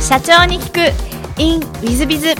社長に聞く in ウィズビズ。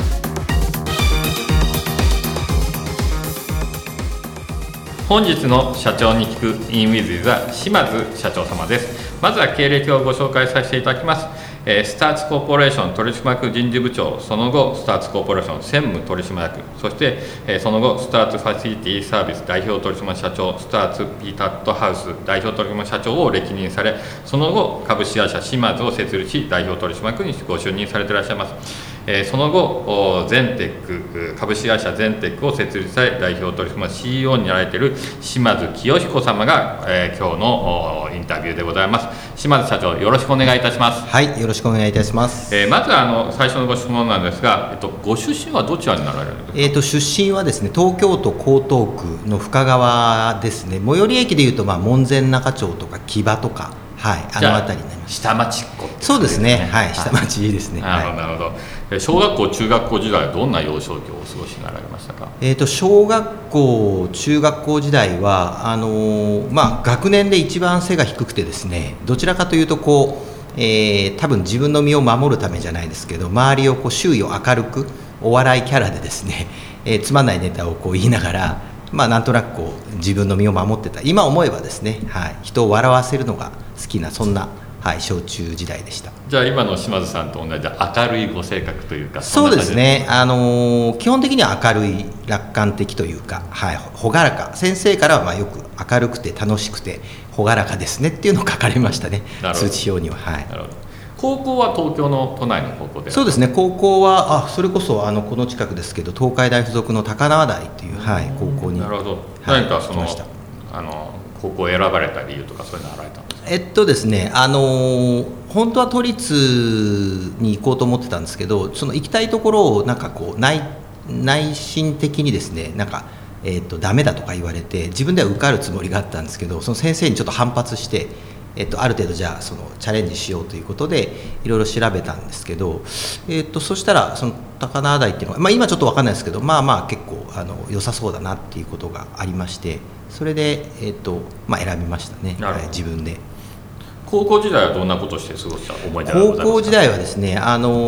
本日の社長に聞く in ウィズビズは島津社長様です。まずは経歴をご紹介させていただきます。スターツコーポレーション取締役人事部長、その後スターツコーポレーション専務取締役、そしてその後スターツファシリティサービス代表取締社長、スターツピータットハウス代表取締社長を歴任され、その後株式会社島津を設立し代表取締役にご就任されていらっしゃいます。その後ゼンテック株式会社ゼンテックを設立され代表取締役 CEO になられている島津清彦様が、今日のインタビューでございます。島津社長、よろしくお願いいたします。 はい、よろしくお願いいたします。 まずは最初のご質問なんですが、ご出身はどちらになられるんですか？ 出身はですね、東京都江東区の深川ですね。最寄り駅でいうと、門前仲町とか木場とか、はい、あの辺りになります。 下町っ子って、ね、 そうですね、はい、下町ですね。 なるほど。小学校中学校時代はどんな幼少期をお過ごしになられましたか？ 小学校中学校時代は学年で一番背が低くてですね、どちらかというと多分自分の身を守るためじゃないですけど、周りを周囲を明るくお笑いキャラでですね、つまんないネタを言いながら、なんとなく自分の身を守ってた。今思えばですね、はい、人を笑わせるのが好きな、そんな、はい、小中時代でした。 じゃあ今の島津さんと同じで明るいご性格というか、 そうですね、基本的には明るい、楽観的というか、はい、朗らか。先生からはよく明るくて楽しくて朗らかですねっていうのを書かれましたね、通知表には。はい、なるほど。 高校は東京の都内の高校で？ そうですね、高校はそれこそこの近くですけど、東海大附属の高輪台という、はい、高校に。 なるほど。 はい、 何か高校を選ばれた理由とかそういうのあられたんですか？ ですね、本当は都立に行こうと思ってたんですけど、その行きたいところを内心的にですね、ダメだとか言われて、自分では受かるつもりがあったんですけど、その先生にちょっと反発して、ある程度じゃあチャレンジしようということでいろいろ調べたんですけど、そしたらその高輪台っていうのは、今ちょっと分かんないですけど、結構良さそうだなっていうことがありまして、それで、選びましたね、はい、自分で。 高校時代はどんなことをして過ごした思い出がございますか？ 高校時代はですね、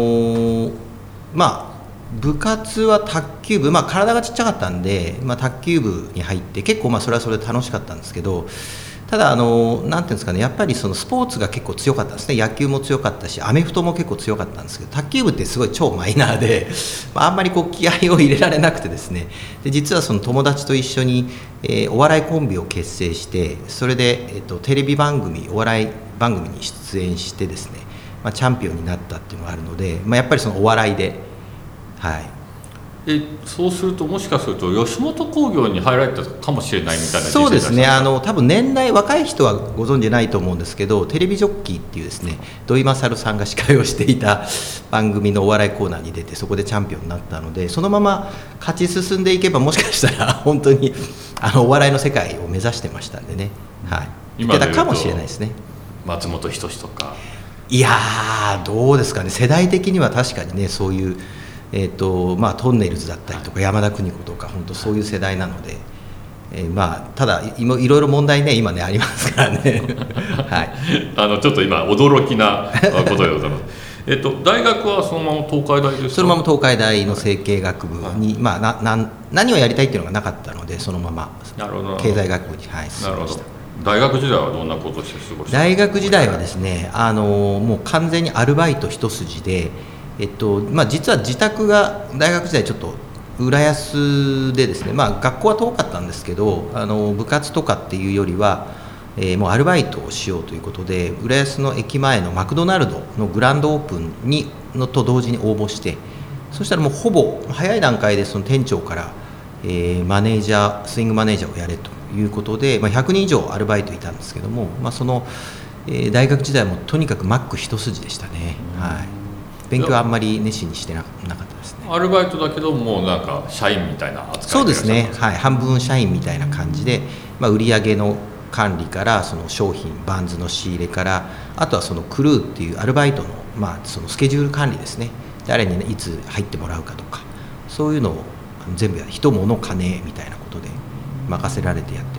部活は卓球部、体がちっちゃかったんで、卓球部に入って結構それはそれで楽しかったんですけど、ただなんていうんですかね、やっぱりそのスポーツが結構強かったんですね。野球も強かったし、アメフトも結構強かったんですけど、卓球部ってすごい超マイナーであんまり気合を入れられなくてですね、で実はその友達と一緒に、お笑いコンビを結成して、それで、テレビ番組、お笑い番組に出演してですね、チャンピオンになったっていうのがあるので、やっぱりそのお笑いで、はい。 そうすると、もしかすると吉本興業に入られたかもしれないみたいな。 そうですね、多分年代若い人はご存じないと思うんですけど、テレビジョッキーっていうですね、土井勝さんが司会をしていた番組のお笑いコーナーに出て、そこでチャンピオンになったので、そのまま勝ち進んでいけば、もしかしたら本当にお笑いの世界を目指してましたんでね、はい、いけたかもしれないですね。 松本人志とか。 いやー、どうですかね、世代的には確かにね、そういうトンネルズだったりとか山田邦子とか、本当そういう世代なので、ただいろいろ問題ね、今ねありますからねはい、 ちょっと今驚きなことでございます大学はそのまま東海大ですか？ そのまま東海大の成蹊学部に、何をやりたいっていうのがなかったので、そのまま経済学部に、はい、進みました。 大学時代はどんなことをして過ごした？ 大学時代はですね、もう完全にアルバイト一筋で、実は自宅が大学時代ちょっと浦安でですね、学校は遠かったんですけど、部活とかっていうよりは、もうアルバイトをしようということで、浦安の駅前のマクドナルドのグランドオープンと同時に応募して、そしたらもうほぼ早い段階でその店長から、スイングマネージャーをやれということで、100人以上アルバイトいたんですけども、その、大学時代もとにかくマック一筋でしたね。はい、勉強はあんまり熱心にしてなかったですね。 アルバイトだけどもう社員みたいな扱いでいらっしゃるんですか？ そうですね、はい、半分社員みたいな感じで、売上の管理から、その商品バンズの仕入れから、あとはそのクルーっていうアルバイトの、そのスケジュール管理ですね、誰に、いつ入ってもらうかとか、そういうのを全部人物金みたいなことで任せられてやってました。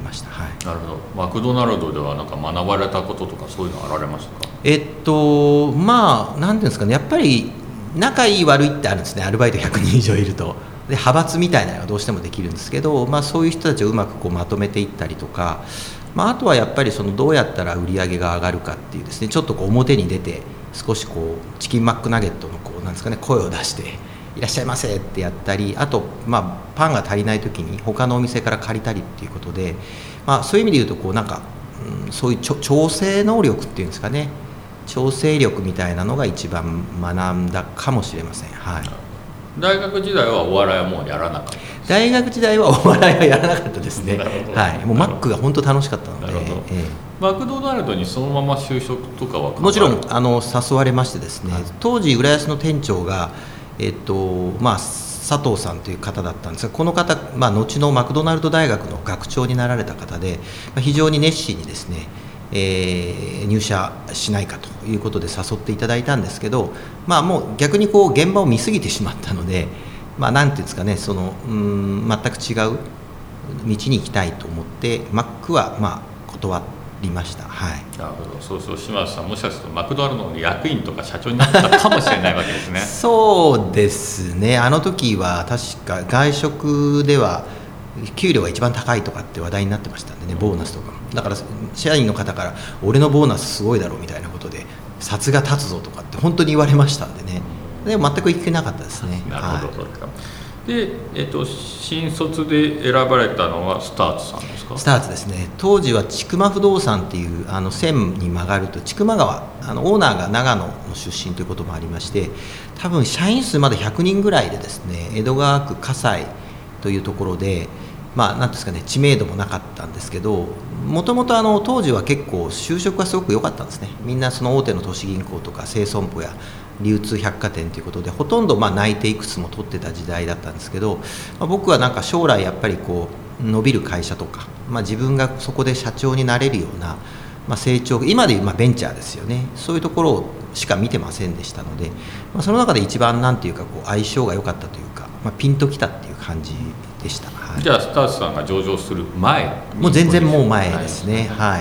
ました。はい、 なるほど。マクドナルドではなんか学ばれたこととかそういうのあられましたか？ まあなんていうんですかね、やっぱり仲いい悪いってあるんですね。アルバイト100人以上いると。で派閥みたいなのがどうしてもできるんですけど、まあ、そういう人たちをうまくこうまとめていったりとか、まあ、あとはやっぱりどうやったら売り上げが上がるかっていうですね、ちょっとこう表に出て少しこうチキンマックナゲットのこうなんですかね、声を出していらっしゃいませってやったり、あと、まあ、パンが足りない時に他のお店から借りたりっていうことで、まあ、そういう意味で言うとこうなんか、そういう調整能力っていうんですかね、調整力みたいなのが一番学んだかもしれません。はい、 大学時代はお笑いはもうやらなかった？ 大学時代はお笑いはやらなかったですね。はい、もうマックが本当楽しかったので。 なるほど。マクドナルドにそのまま就職とかはもちろん誘われましてですね、当時浦安の店長が、まあ、佐藤さんという方だったんですが、この方、まあ、後のマクドナルド大学の学長になられた方で、非常に熱心にですね、入社しないかということで誘っていただいたんですけど、まあ、もう逆にこう現場を見過ぎてしまったので、まあ、なんていうんですかね、全く違う道に行きたいと思ってマックはまあ断りました。はい、 なるほど。そう島津さん、もしかするとマクドナルドの役員とか社長になったかもしれないわけですね。 そうですね。あの時は確か外食では給料が一番高いとかって話題になってましたんでね、ボーナスとかも。だから社員の方から俺のボーナスすごいだろうみたいなことで札が立つぞとかって本当に言われましたんでね。でも全く行けなかったですね。 なるほど、そうですか。で、新卒で選ばれたのはスターツさんですか？ スターツですね。当時は千曲不動産っていう線に曲がると千曲川、オーナーが長野の出身ということもありまして、多分社員数まだ100人ぐらいでですね、江戸川区葛西というところで、まあなんですかね、知名度もなかったんですけど、もともと当時は結構就職がすごく良かったんですね。みんなその大手の都市銀行とか生損保や流通百貨店ということでほとんどまあ内定いくつも取ってた時代だったんですけど、まあ、僕はなんか将来やっぱりこう伸びる会社とか、まあ、自分がそこで社長になれるような、まあ、成長、今でいうまあベンチャーですよね、そういうところしか見てませんでしたので、まあ、その中で一番なんていうかこう相性が良かったというか、まあ、ピンときたっていう感じでした。はい、 じゃあスターツさんが上場する前もう全然もう前ですね。はい、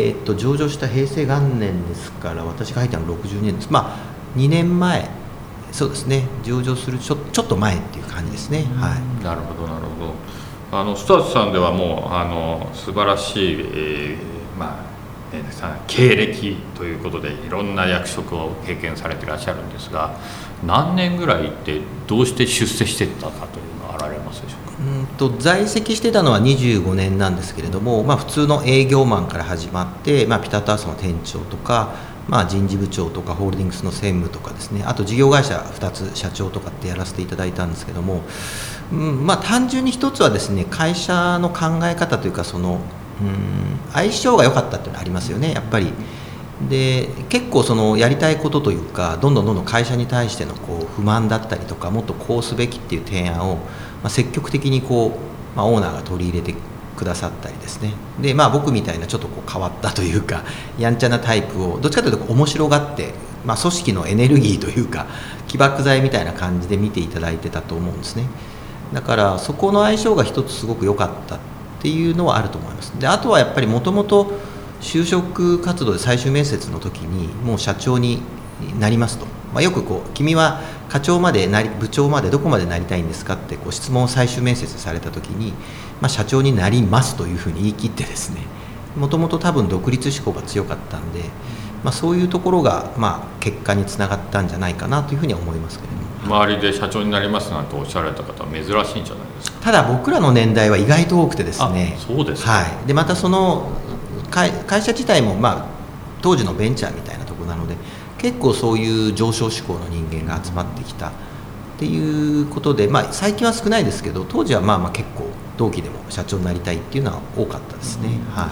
上場した平成元年ですから、私が入ったの60年です。まあ2年前、そうですね、上場するちょっと前っていう感じですね。はい、 なるほどなるほど。スターツさんではもう素晴らしい、まあ経歴ということでいろんな役職を経験されていらっしゃるんですが、何年ぐらいってどうして出世していったかというのはあられますでしょうか？ 在籍してたのは25年なんですけれども、まあ、普通の営業マンから始まって、まあ、ピタッとハウスの店長とか、まあ、人事部長とかホールディングスの専務とかですね、あと事業会社2つ社長とかってやらせていただいたんですけども、まあ、単純に一つはですね、会社の考え方というか相性が良かったっていうのはありますよね、やっぱり。で結構やりたいことというか、どんどん会社に対してのこう不満だったりとか、もっとこうすべきっていう提案を、まあ、積極的にこう、まあ、オーナーが取り入れてくださったりですね。で、まあ、僕みたいなちょっとこう変わったというかやんちゃなタイプをどっちかというと面白がって、まあ、組織のエネルギーというか起爆剤みたいな感じで見ていただいてたと思うんですね。だからそこの相性が一つすごく良かったっていうのはあると思います。であとはやっぱりもともと就職活動で最終面接の時にもう社長になりますと、まあ、よくこう君は課長まで部長までどこまでなりたいんですかってこう質問を最終面接された時に、まあ、社長になりますというふうに言い切ってですね、もともと多分独立志向が強かったんで、まあ、そういうところがまあ結果につながったんじゃないかなというふうには思いますけれども。 周りで社長になりますなんておっしゃられた方は珍しいんじゃないですか？ ただ僕らの年代は意外と多くてですね。 そうですか。 はい、でまた会社自体も、まあ、当時のベンチャーみたいなところなので結構そういう上昇志向の人間が集まってきたっていうことで、まあ、最近は少ないですけど当時はまあまあ結構同期でも社長になりたいっていうのは多かったですね。はい、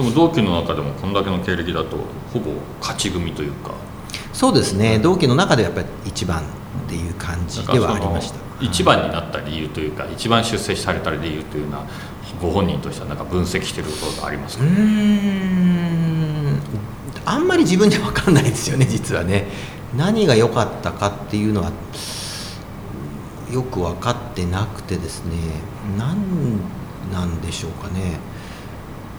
でも同期の中でもこんだけの経歴だとほぼ勝ち組というか。 そうですね、同期の中でやっぱり一番っていう感じではありました。 一番になった理由というか、一番出世された理由というのはご本人としてはなんか分析していることがありますか？ あんまり自分では分かんないですよね、実はね。何が良かったかっていうのはよく分かってなくてですね、何なんでしょうかね。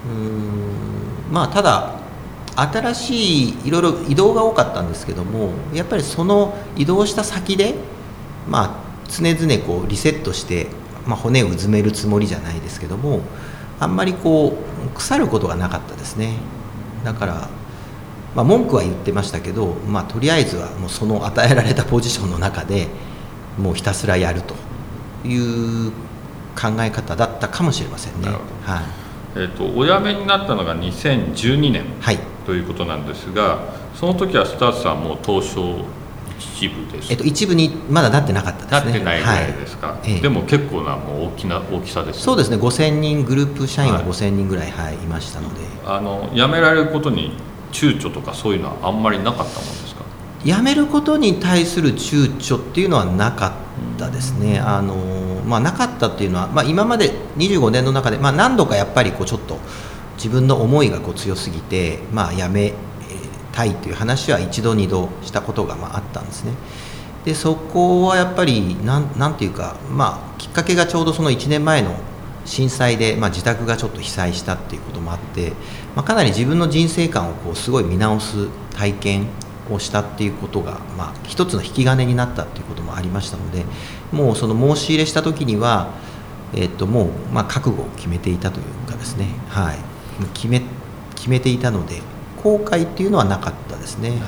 ただ新しいいろいろ移動が多かったんですけども、やっぱりその移動した先で、常々こうリセットして、骨をうずめるつもりじゃないですけども、あんまりこう腐ることがなかったですね。だから、文句は言ってましたけど、とりあえずはもうその与えられたポジションの中でもうひたすらやるという考え方だったかもしれませんね。 お辞めになったのが2012年、 はい、 ということなんですが、その時はスターツさんも東証一部ですか？ 一部にまだなってなかったですね。 なってないぐらいですか？でも結構なもう大きさですね。 そうですね、5000人グループ社員は5000人ぐらい、いましたので、 辞められることに躊躇とかそういうのはあんまりなかったものですか？ 辞めることに対する躊躇っていうのはなかったですね。なかったっていうのは、今まで25年の中で、何度かやっぱりこうちょっと自分の思いがこう強すぎて、辞めたいという話は一度二度したことがあったんですね。でそこはやっぱりなんていうか、きっかけがちょうどその1年前の震災で、自宅がちょっと被災したっていうこともあって、かなり自分の人生観をこうすごい見直す体験をしたっていうことが、一つの引き金になったっていうこともありましたので、もうその申し入れした時には、もう覚悟を決めていたというかですね、決めていたので後悔っていうのはなかったですね。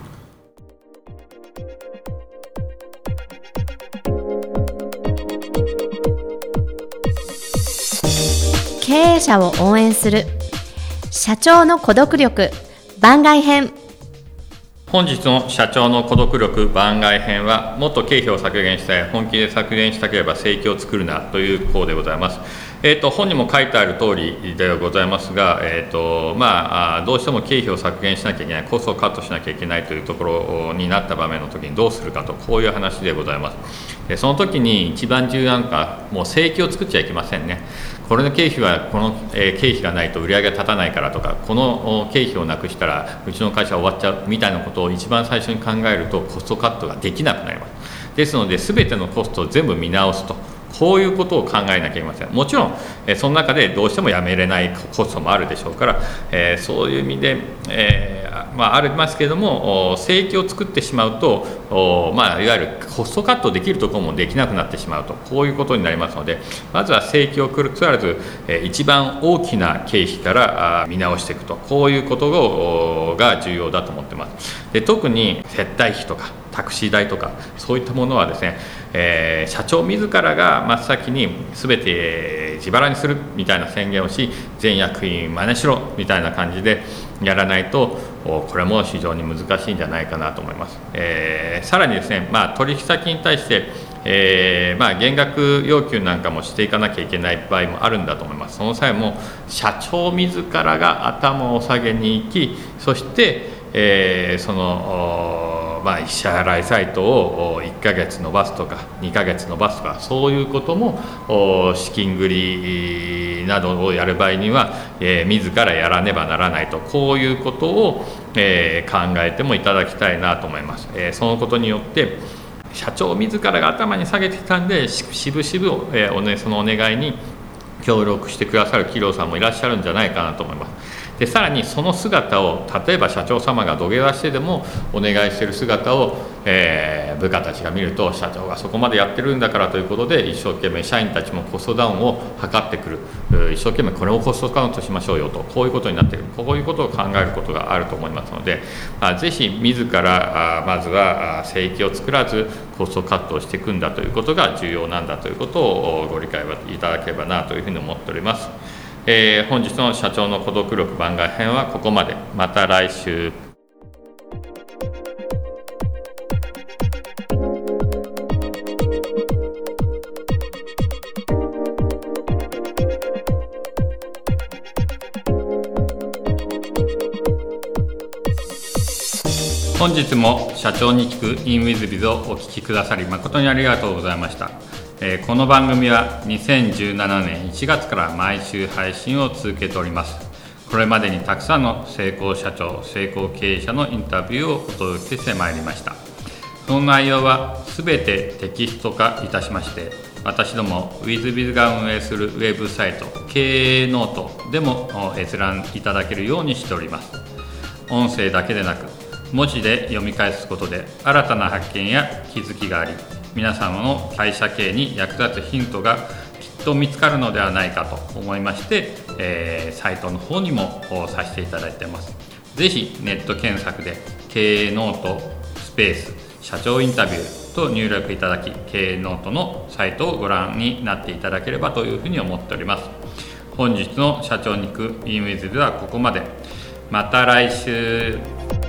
経営者を応援する社長の孤独力番外編。 本日の社長の孤独力番外編は、もっと経費を削減したい、本気で削減したければ生計を作るなという項でございます。本にも書いてある通りではございますが、どうしても経費を削減しなきゃいけない、コストをカットしなきゃいけないというところになった場面の時にどうするかと、こういう話でございます。その時に一番重要なのが、もう生計を作っちゃいけませんね。これの経費はこの経費がないと売り上げが立たないからとか、この経費をなくしたらうちの会社は終わっちゃうみたいなことを一番最初に考えると、コストカットができなくなります。ですので、全てのコストを全部見直すと、こういうことを考えなきゃいけません。もちろんその中でどうしてもやめれないコストもあるでしょうから、そういう意味で、ありますけれども、生計を作ってしまうと、いわゆるコストカットできるところもできなくなってしまうと、こういうことになりますので、まずは生計を作らず一番大きな経費から見直していくと、こういうことが重要だと思っています。で特に接待費とかタクシー代とか、そういったものはですね、社長自らが真っ先に全て自腹にするみたいな宣言をし、全役員真似しろみたいな感じでやらないと、これも非常に難しいんじゃないかなと思います。さらにですね、取引先に対して、減額要求なんかもしていかなきゃいけない場合もあるんだと思います。その際も社長自らが頭を下げに行き、そして支払いサイトを1ヶ月延ばすとか2ヶ月延ばすとか、そういうことも資金繰りなどをやる場合には、自らやらねばならないと、こういうことを、考えてもいただきたいなと思います。そのことによって社長自らが頭に下げてきたんで、しぶしぶ、そのお願いに協力してくださる企業さんもいらっしゃるんじゃないかなと思います。でさらにその姿を、例えば社長様が土下座してでもお願いしている姿を、部下たちが見ると、社長がそこまでやってるんだからということで、一生懸命社員たちもコストダウンを図ってくる、一生懸命これをコストカウントしましょうよと、こういうことになっている、こういうことを考えることがあると思いますので、ぜひ自らまずは生計を作らずコストカットをしていくんだということが重要なんだということをご理解いただければなというふうに思っております。本日の社長の孤独力番外編はここまで。また来週。本日も社長に聞く InWithBiz をお聞きくださり誠にありがとうございました。この番組は2017年1月から毎週配信を続けております。これまでにたくさんの成功社長、成功経営者のインタビューをお届けしてまいりました。その内容はすべてテキスト化いたしまして、 私ども WithBiz が運営するウェブサイト経営ノートでも閲覧いただけるようにしております。音声だけでなく文字で読み返すことで新たな発見や気づきがあり、皆様の会社経営に役立つヒントがきっと見つかるのではないかと思いまして、サイトの方にもさせていただいています。ぜひネット検索で経営ノートスペース社長インタビューと入力いただき、経営ノートのサイトをご覧になっていただければというふうに思っております。本日の社長に行く InWith ではここまで。また来週。